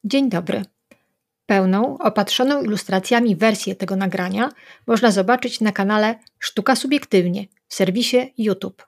Dzień dobry. Pełną, opatrzoną ilustracjami wersję tego nagrania można zobaczyć na kanale Sztuka Subiektywnie w serwisie YouTube.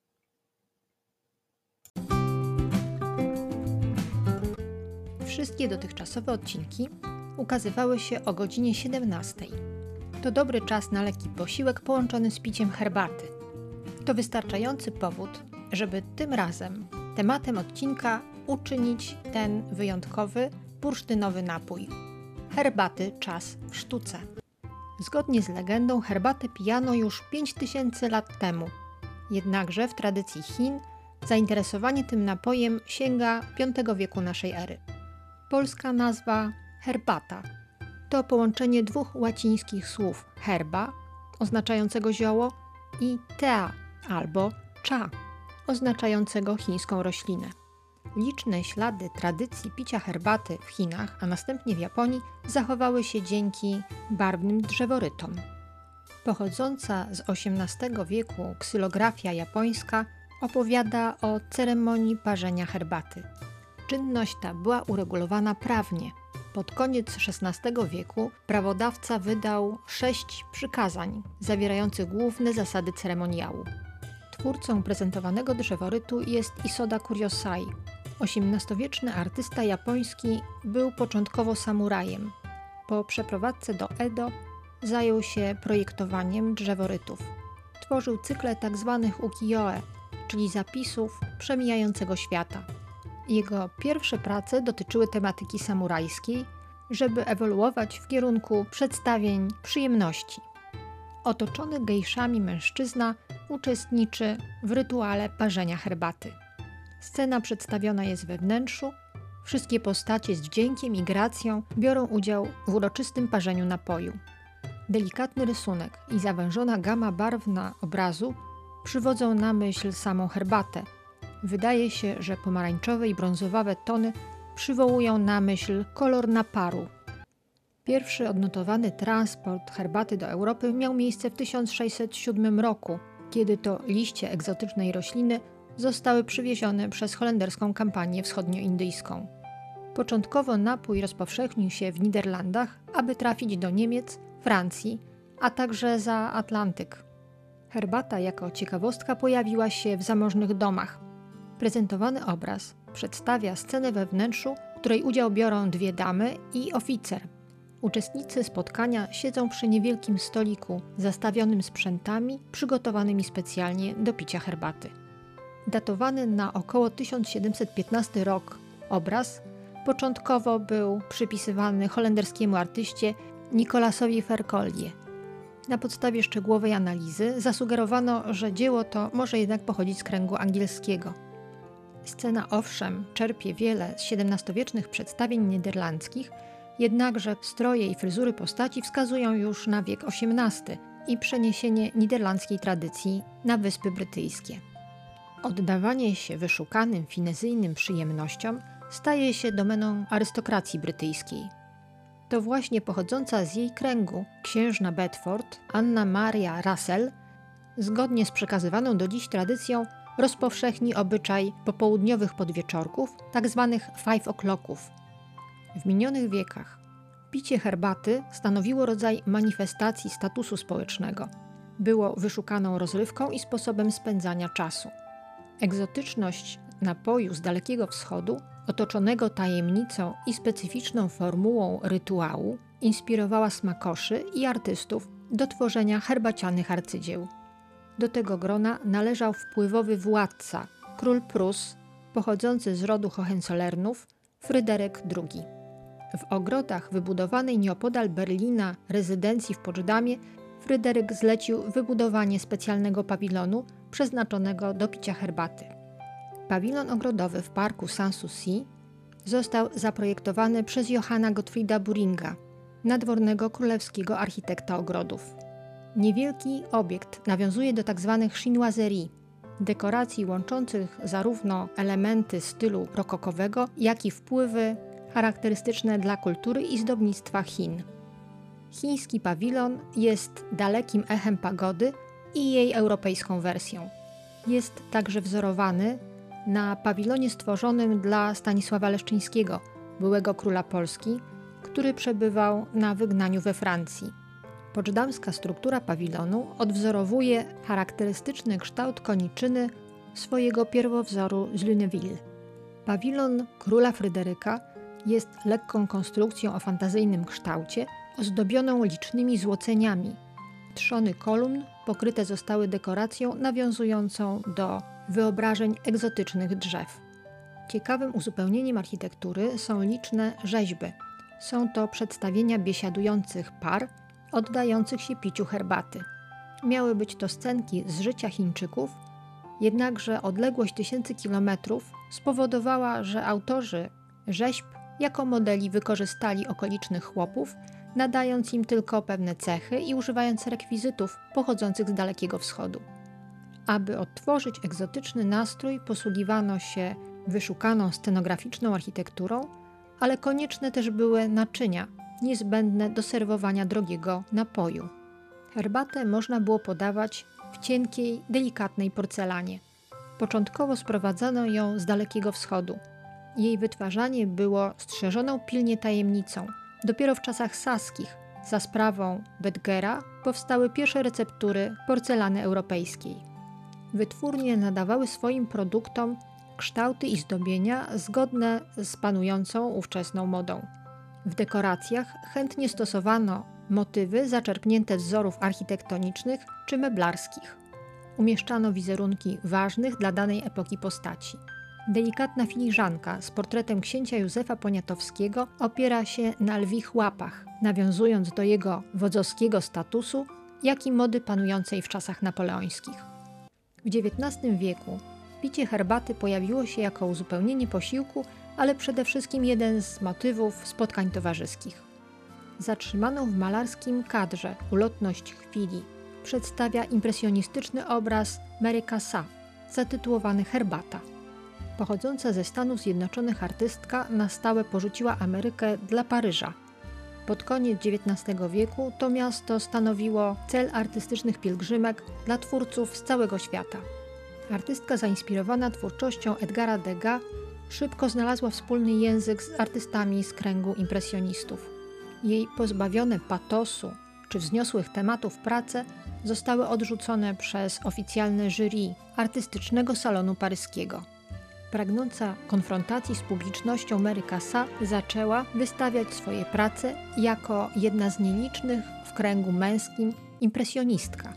Wszystkie dotychczasowe odcinki ukazywały się o godzinie 17. To dobry czas na lekki posiłek połączony z piciem herbaty. To wystarczający powód, żeby tym razem tematem odcinka uczynić ten wyjątkowy, bursztynowy napój. Herbaty czas w sztuce. Zgodnie z legendą herbatę pijano już 5000 lat temu. Jednakże w tradycji Chin zainteresowanie tym napojem sięga V wieku naszej ery. Polska nazwa herbata to połączenie dwóch łacińskich słów herba, oznaczającego zioło, i tea albo cha, oznaczającego chińską roślinę. Liczne ślady tradycji picia herbaty w Chinach, a następnie w Japonii, zachowały się dzięki barwnym drzeworytom. Pochodząca z XVIII wieku ksylografia japońska opowiada o ceremonii parzenia herbaty. Czynność ta była uregulowana prawnie. Pod koniec XVI wieku prawodawca wydał 6 przykazań zawierających główne zasady ceremoniału. Twórcą prezentowanego drzeworytu jest Isoda Kuriosai. XVIII-wieczny artysta japoński był początkowo samurajem. Po przeprowadzce do Edo zajął się projektowaniem drzeworytów. Tworzył cykle tzw. ukiyo-e, czyli zapisów przemijającego świata. Jego pierwsze prace dotyczyły tematyki samurajskiej, żeby ewoluować w kierunku przedstawień przyjemności. Otoczony gejszami mężczyzna uczestniczy w rytuale parzenia herbaty. Scena przedstawiona jest we wnętrzu, wszystkie postacie z wdziękiem i gracją biorą udział w uroczystym parzeniu napoju. Delikatny rysunek i zawężona gama barwna obrazu przywodzą na myśl samą herbatę. Wydaje się, że pomarańczowe i brązowawe tony przywołują na myśl kolor naparu. Pierwszy odnotowany transport herbaty do Europy miał miejsce w 1607 roku, kiedy to liście egzotycznej rośliny zostały przywiezione przez holenderską kampanię wschodnioindyjską. Początkowo napój rozpowszechnił się w Niderlandach, aby trafić do Niemiec, Francji, a także za Atlantyk. Herbata jako ciekawostka pojawiła się w zamożnych domach. Prezentowany obraz przedstawia scenę we wnętrzu, w której udział biorą 2 damy i oficer. Uczestnicy spotkania siedzą przy niewielkim stoliku zastawionym sprzętami przygotowanymi specjalnie do picia herbaty. Datowany na około 1715 rok obraz początkowo był przypisywany holenderskiemu artyście Nicolasowi Vercolje. Na podstawie szczegółowej analizy zasugerowano, że dzieło to może jednak pochodzić z kręgu angielskiego. Scena owszem czerpie wiele z XVII-wiecznych przedstawień niderlandzkich, jednakże stroje i fryzury postaci wskazują już na wiek XVIII i przeniesienie niderlandzkiej tradycji na Wyspy Brytyjskie. Oddawanie się wyszukanym, finezyjnym przyjemnościom staje się domeną arystokracji brytyjskiej. To właśnie pochodząca z jej kręgu księżna Bedford, Anna Maria Russell, zgodnie z przekazywaną do dziś tradycją, rozpowszechni obyczaj popołudniowych podwieczorków, tzw. 5 o'clocków. W minionych wiekach picie herbaty stanowiło rodzaj manifestacji statusu społecznego. Było wyszukaną rozrywką i sposobem spędzania czasu. Egzotyczność napoju z Dalekiego Wschodu, otoczonego tajemnicą i specyficzną formułą rytuału, inspirowała smakoszy i artystów do tworzenia herbacianych arcydzieł. Do tego grona należał wpływowy władca, król Prus, pochodzący z rodu Hohenzollernów, Fryderyk II. W ogrodach wybudowanej nieopodal Berlina rezydencji w Poczdamie Fryderyk zlecił wybudowanie specjalnego pawilonu przeznaczonego do picia herbaty. Pawilon ogrodowy w parku Sanssouci został zaprojektowany przez Johanna Gottfrieda Buringa, nadwornego królewskiego architekta ogrodów. Niewielki obiekt nawiązuje do tzw. chinoiserie, dekoracji łączących zarówno elementy stylu rokokowego, jak i wpływy charakterystyczne dla kultury i zdobnictwa Chin. Chiński pawilon jest dalekim echem pagody i jej europejską wersją. Jest także wzorowany na pawilonie stworzonym dla Stanisława Leszczyńskiego, byłego króla Polski, który przebywał na wygnaniu we Francji. Poczdamska struktura pawilonu odwzorowuje charakterystyczny kształt koniczyny swojego pierwowzoru z Lunéville. Pawilon króla Fryderyka jest lekką konstrukcją o fantazyjnym kształcie, ozdobioną licznymi złoceniami. Trzony kolumn pokryte zostały dekoracją nawiązującą do wyobrażeń egzotycznych drzew. Ciekawym uzupełnieniem architektury są liczne rzeźby. Są to przedstawienia biesiadujących par, oddających się piciu herbaty. Miały być to scenki z życia Chińczyków, jednakże odległość tysięcy kilometrów spowodowała, że autorzy rzeźb jako modeli wykorzystali okolicznych chłopów, nadając im tylko pewne cechy i używając rekwizytów pochodzących z Dalekiego Wschodu. Aby odtworzyć egzotyczny nastrój, posługiwano się wyszukaną scenograficzną architekturą, ale konieczne też były naczynia niezbędne do serwowania drogiego napoju. Herbatę można było podawać w cienkiej, delikatnej porcelanie. Początkowo sprowadzano ją z Dalekiego Wschodu. Jej wytwarzanie było strzeżoną pilnie tajemnicą. Dopiero w czasach saskich, za sprawą Bedgera, powstały pierwsze receptury porcelany europejskiej. Wytwórnie nadawały swoim produktom kształty i zdobienia zgodne z panującą ówczesną modą. W dekoracjach chętnie stosowano motywy zaczerpnięte z wzorów architektonicznych czy meblarskich. Umieszczano wizerunki ważnych dla danej epoki postaci. Delikatna filiżanka z portretem księcia Józefa Poniatowskiego opiera się na lwich łapach, nawiązując do jego wodzowskiego statusu, jak i mody panującej w czasach napoleońskich. W XIX wieku picie herbaty pojawiło się jako uzupełnienie posiłku, ale przede wszystkim jeden z motywów spotkań towarzyskich. Zatrzymaną w malarskim kadrze ulotność chwili przedstawia impresjonistyczny obraz Mary Cassatt zatytułowany Herbata. Pochodząca ze Stanów Zjednoczonych artystka na stałe porzuciła Amerykę dla Paryża. Pod koniec XIX wieku to miasto stanowiło cel artystycznych pielgrzymek dla twórców z całego świata. Artystka zainspirowana twórczością Edgara Degas szybko znalazła wspólny język z artystami z kręgu impresjonistów. Jej pozbawione patosu czy wzniosłych tematów prace zostały odrzucone przez oficjalne jury artystycznego salonu paryskiego. Pragnąca konfrontacji z publicznością Mary Cassatt zaczęła wystawiać swoje prace jako jedna z nielicznych w kręgu męskim impresjonistka.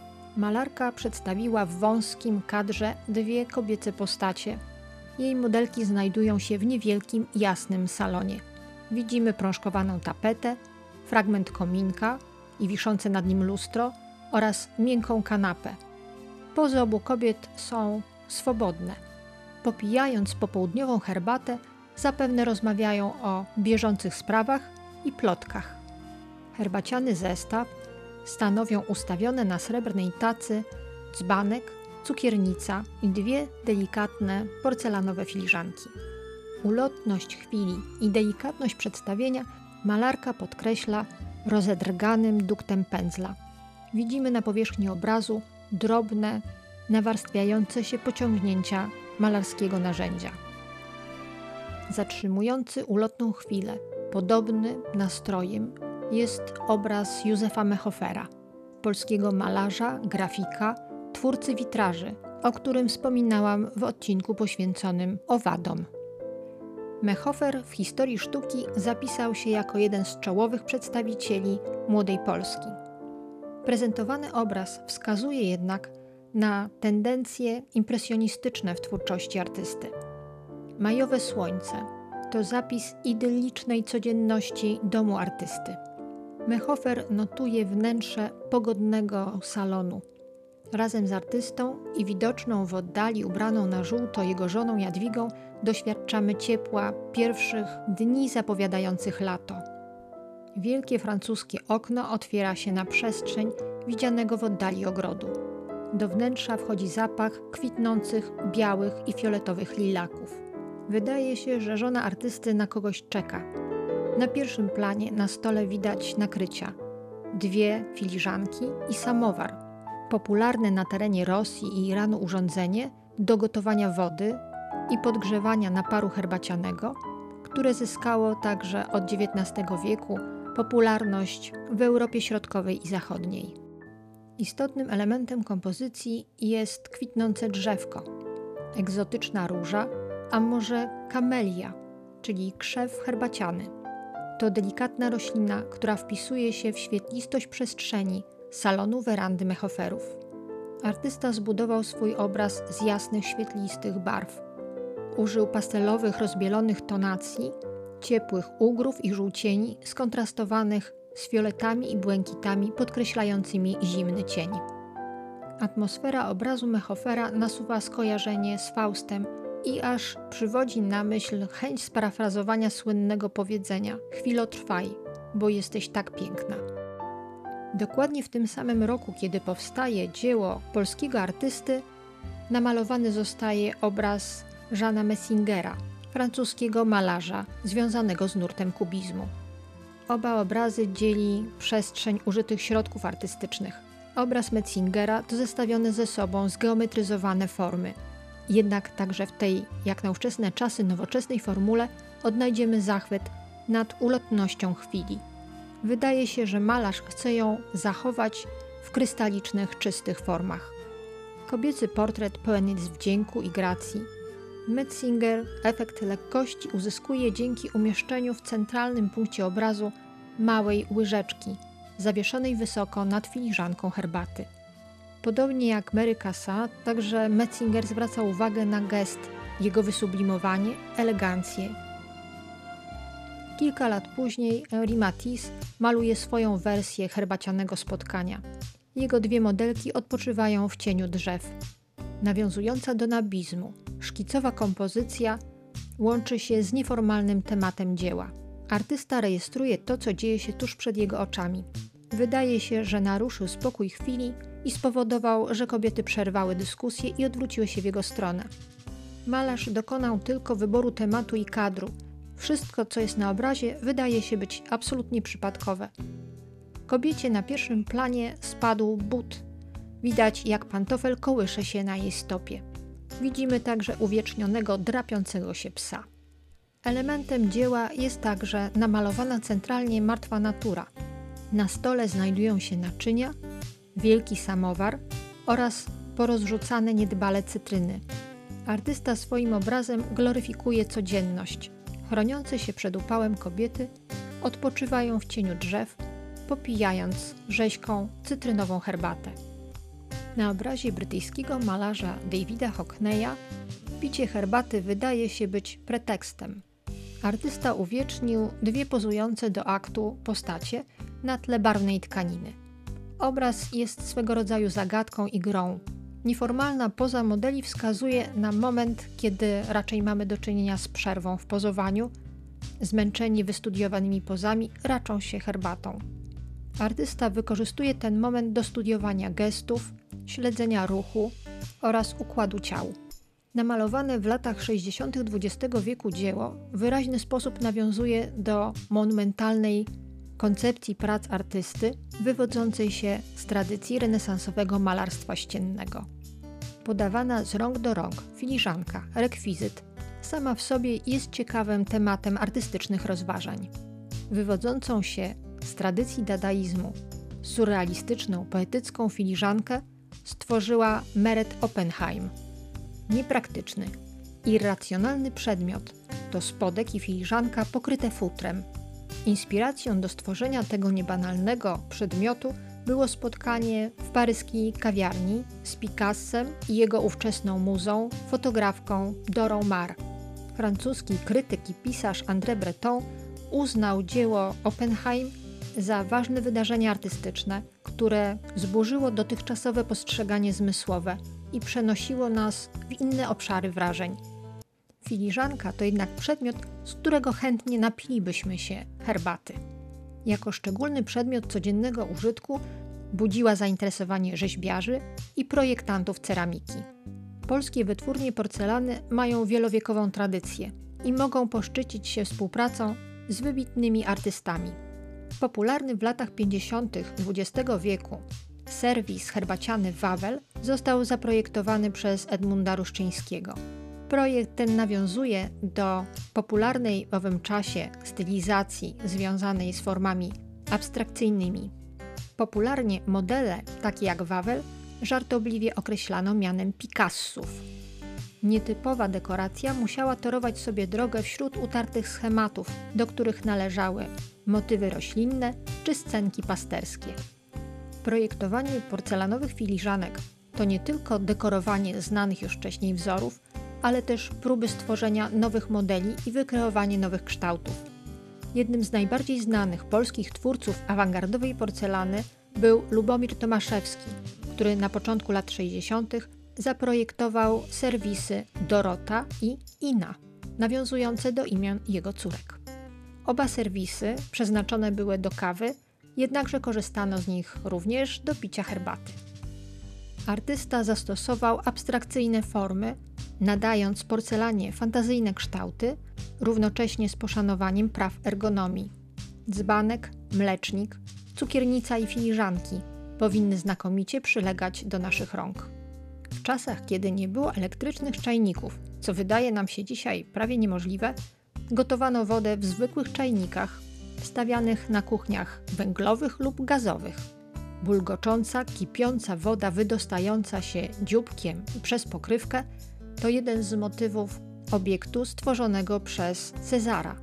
Malarka przedstawiła w wąskim kadrze dwie kobiece postacie. Jej modelki znajdują się w niewielkim, jasnym salonie. Widzimy prążkowaną tapetę, fragment kominka i wiszące nad nim lustro oraz miękką kanapę. Pozy obu kobiet są swobodne. Popijając popołudniową herbatę, zapewne rozmawiają o bieżących sprawach i plotkach. Herbaciany zestaw stanowią ustawione na srebrnej tacy dzbanek, cukiernica i dwie delikatne porcelanowe filiżanki. Ulotność chwili i delikatność przedstawienia malarka podkreśla rozedrganym duktem pędzla. Widzimy na powierzchni obrazu drobne, nawarstwiające się pociągnięcia malarskiego narzędzia. Zatrzymujący ulotną chwilę, podobny nastrojem, jest obraz Józefa Mehofera, polskiego malarza, grafika, twórcy witraży, o którym wspominałam w odcinku poświęconym owadom. Mehofer w historii sztuki zapisał się jako jeden z czołowych przedstawicieli młodej Polski. Prezentowany obraz wskazuje jednak na tendencje impresjonistyczne w twórczości artysty. Majowe słońce to zapis idyllicznej codzienności domu artysty. Mehofer notuje wnętrze pogodnego salonu. Razem z artystą i widoczną w oddali ubraną na żółto jego żoną Jadwigą doświadczamy ciepła pierwszych dni zapowiadających lato. Wielkie francuskie okno otwiera się na przestrzeń widzianego w oddali ogrodu. Do wnętrza wchodzi zapach kwitnących białych i fioletowych lilaków. Wydaje się, że żona artysty na kogoś czeka. Na pierwszym planie na stole widać nakrycia, dwie filiżanki i samowar. Popularne na terenie Rosji i Iranu urządzenie do gotowania wody i podgrzewania naparu herbacianego, które zyskało także od XIX wieku popularność w Europie Środkowej i Zachodniej. Istotnym elementem kompozycji jest kwitnące drzewko, egzotyczna róża, a może kamelia, czyli krzew herbaciany. To delikatna roślina, która wpisuje się w świetlistość przestrzeni salonu werandy Mehoferów. Artysta zbudował swój obraz z jasnych, świetlistych barw. Użył pastelowych, rozbielonych tonacji, ciepłych ugrów i żółcieni skontrastowanych z fioletami i błękitami podkreślającymi zimny cień. Atmosfera obrazu Mehofera nasuwa skojarzenie z Faustem i aż przywodzi na myśl chęć sparafrazowania słynnego powiedzenia: chwilo trwaj, bo jesteś tak piękna. Dokładnie w tym samym roku, kiedy powstaje dzieło polskiego artysty, namalowany zostaje obraz Jeana Messingera, francuskiego malarza związanego z nurtem kubizmu. Oba obrazy dzieli przestrzeń użytych środków artystycznych. Obraz Messingera to zestawione ze sobą zgeometryzowane formy. Jednak także w tej, jak na ówczesne czasy, nowoczesnej formule odnajdziemy zachwyt nad ulotnością chwili. Wydaje się, że malarz chce ją zachować w krystalicznych, czystych formach. Kobiecy portret pełen jest wdzięku i gracji. Metzinger efekt lekkości uzyskuje dzięki umieszczeniu w centralnym punkcie obrazu małej łyżeczki, zawieszonej wysoko nad filiżanką herbaty. Podobnie jak Mary Cassatt, także Metzinger zwraca uwagę na gest, jego wysublimowanie, elegancję. Kilka lat później Henri Matisse maluje swoją wersję herbacianego spotkania. Jego dwie modelki odpoczywają w cieniu drzew. Nawiązująca do nabizmu, szkicowa kompozycja łączy się z nieformalnym tematem dzieła. Artysta rejestruje to, co dzieje się tuż przed jego oczami. Wydaje się, że naruszył spokój chwili i spowodował, że kobiety przerwały dyskusję i odwróciły się w jego stronę. Malarz dokonał tylko wyboru tematu i kadru. Wszystko, co jest na obrazie, wydaje się być absolutnie przypadkowe. Kobiecie na pierwszym planie spadł but. Widać, jak pantofel kołysze się na jej stopie. Widzimy także uwiecznionego, drapiącego się psa. Elementem dzieła jest także namalowana centralnie martwa natura. Na stole znajdują się naczynia, wielki samowar oraz porozrzucane niedbale cytryny. Artysta swoim obrazem gloryfikuje codzienność. Chroniące się przed upałem kobiety odpoczywają w cieniu drzew, popijając rzeźką cytrynową herbatę. Na obrazie brytyjskiego malarza Davida Hockneya picie herbaty wydaje się być pretekstem. Artysta uwiecznił dwie pozujące do aktu postacie na tle barwnej tkaniny. Obraz jest swego rodzaju zagadką i grą. Nieformalna poza modeli wskazuje na moment, kiedy raczej mamy do czynienia z przerwą w pozowaniu. Zmęczeni wystudiowanymi pozami raczą się herbatą. Artysta wykorzystuje ten moment do studiowania gestów, śledzenia ruchu oraz układu ciał. Namalowane w latach 60. XX wieku dzieło w wyraźny sposób nawiązuje do monumentalnej koncepcji prac artysty wywodzącej się z tradycji renesansowego malarstwa ściennego. Podawana z rąk do rąk filiżanka, rekwizyt, sama w sobie jest ciekawym tematem artystycznych rozważań. Wywodzącą się z tradycji dadaizmu surrealistyczną, poetycką filiżankę stworzyła Meret Oppenheim. Niepraktyczny, irracjonalny przedmiot to spodek i filiżanka pokryte futrem. Inspiracją do stworzenia tego niebanalnego przedmiotu było spotkanie w paryskiej kawiarni z Picassem i jego ówczesną muzą, fotografką Dorą Maar. Francuski krytyk i pisarz André Breton uznał dzieło Oppenheim za ważne wydarzenie artystyczne, które zburzyło dotychczasowe postrzeganie zmysłowe i przenosiło nas w inne obszary wrażeń. Filiżanka to jednak przedmiot, z którego chętnie napilibyśmy się herbaty. Jako szczególny przedmiot codziennego użytku budziła zainteresowanie rzeźbiarzy i projektantów ceramiki. Polskie wytwórnie porcelany mają wielowiekową tradycję i mogą poszczycić się współpracą z wybitnymi artystami. Popularny w latach 50. XX wieku serwis herbaciany Wawel został zaprojektowany przez Edmunda Ruszczyńskiego. Projekt ten nawiązuje do popularnej w owym czasie stylizacji związanej z formami abstrakcyjnymi. Popularnie modele, takie jak Wawel, żartobliwie określano mianem Picassów. Nietypowa dekoracja musiała torować sobie drogę wśród utartych schematów, do których należały motywy roślinne czy scenki pasterskie. Projektowanie porcelanowych filiżanek to nie tylko dekorowanie znanych już wcześniej wzorów, ale też próby stworzenia nowych modeli i wykreowanie nowych kształtów. Jednym z najbardziej znanych polskich twórców awangardowej porcelany był Lubomir Tomaszewski, który na początku lat 60. zaprojektował serwisy Dorota i Ina, nawiązujące do imion jego córek. Oba serwisy przeznaczone były do kawy, jednakże korzystano z nich również do picia herbaty. Artysta zastosował abstrakcyjne formy, nadając porcelanie fantazyjne kształty, równocześnie z poszanowaniem praw ergonomii. Dzbanek, mlecznik, cukiernica i filiżanki powinny znakomicie przylegać do naszych rąk. W czasach, kiedy nie było elektrycznych czajników, co wydaje nam się dzisiaj prawie niemożliwe, gotowano wodę w zwykłych czajnikach, stawianych na kuchniach węglowych lub gazowych. Bulgocząca, kipiąca woda wydostająca się dzióbkiem przez pokrywkę to jeden z motywów obiektu stworzonego przez Cezara.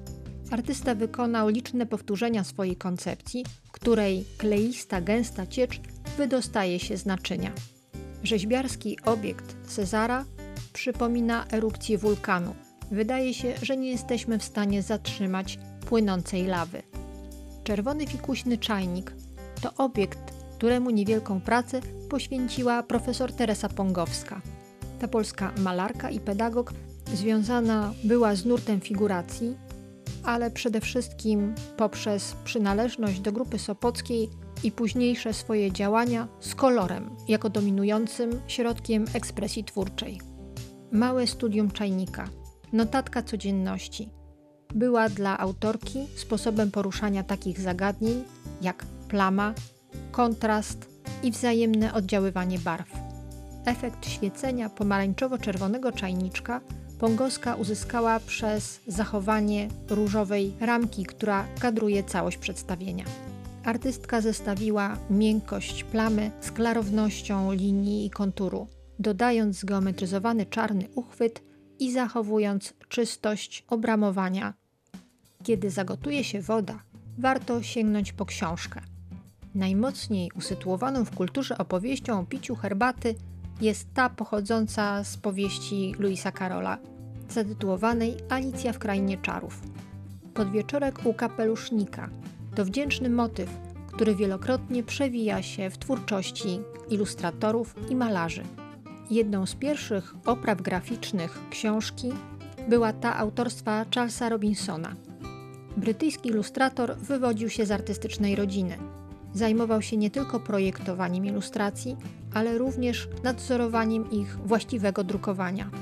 Artysta wykonał liczne powtórzenia swojej koncepcji, w której kleista, gęsta ciecz wydostaje się z naczynia. Rzeźbiarski obiekt Cezara przypomina erupcję wulkanu. Wydaje się, że nie jesteśmy w stanie zatrzymać płynącej lawy. Czerwony fikuśny czajnik to obiekt, któremu niewielką pracę poświęciła profesor Teresa Pongowska. Ta polska malarka i pedagog związana była z nurtem figuracji, ale przede wszystkim poprzez przynależność do grupy sopockiej i późniejsze swoje działania z kolorem jako dominującym środkiem ekspresji twórczej. Małe studium czajnika, notatka codzienności, była dla autorki sposobem poruszania takich zagadnień jak plama, kontrast i wzajemne oddziaływanie barw. Efekt świecenia pomarańczowo-czerwonego czajniczka Pongowska uzyskała przez zachowanie różowej ramki, która kadruje całość przedstawienia. Artystka zestawiła miękkość plamy z klarownością linii i konturu, dodając zgeometryzowany czarny uchwyt i zachowując czystość obramowania. Kiedy zagotuje się woda, warto sięgnąć po książkę. Najmocniej usytuowaną w kulturze opowieścią o piciu herbaty jest ta pochodząca z powieści Lewisa Carrolla, zatytułowanej Alicja w Krainie Czarów. Podwieczorek u kapelusznika to wdzięczny motyw, który wielokrotnie przewija się w twórczości ilustratorów i malarzy. Jedną z pierwszych opraw graficznych książki była ta autorstwa Charlesa Robinsona. Brytyjski ilustrator wywodził się z artystycznej rodziny. Zajmował się nie tylko projektowaniem ilustracji, ale również nadzorowaniem ich właściwego drukowania.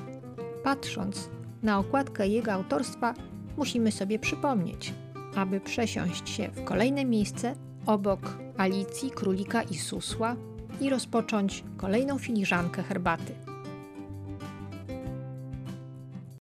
Patrząc na okładkę jego autorstwa, musimy sobie przypomnieć, aby przesiąść się w kolejne miejsce obok Alicji, Królika i Susła i rozpocząć kolejną filiżankę herbaty.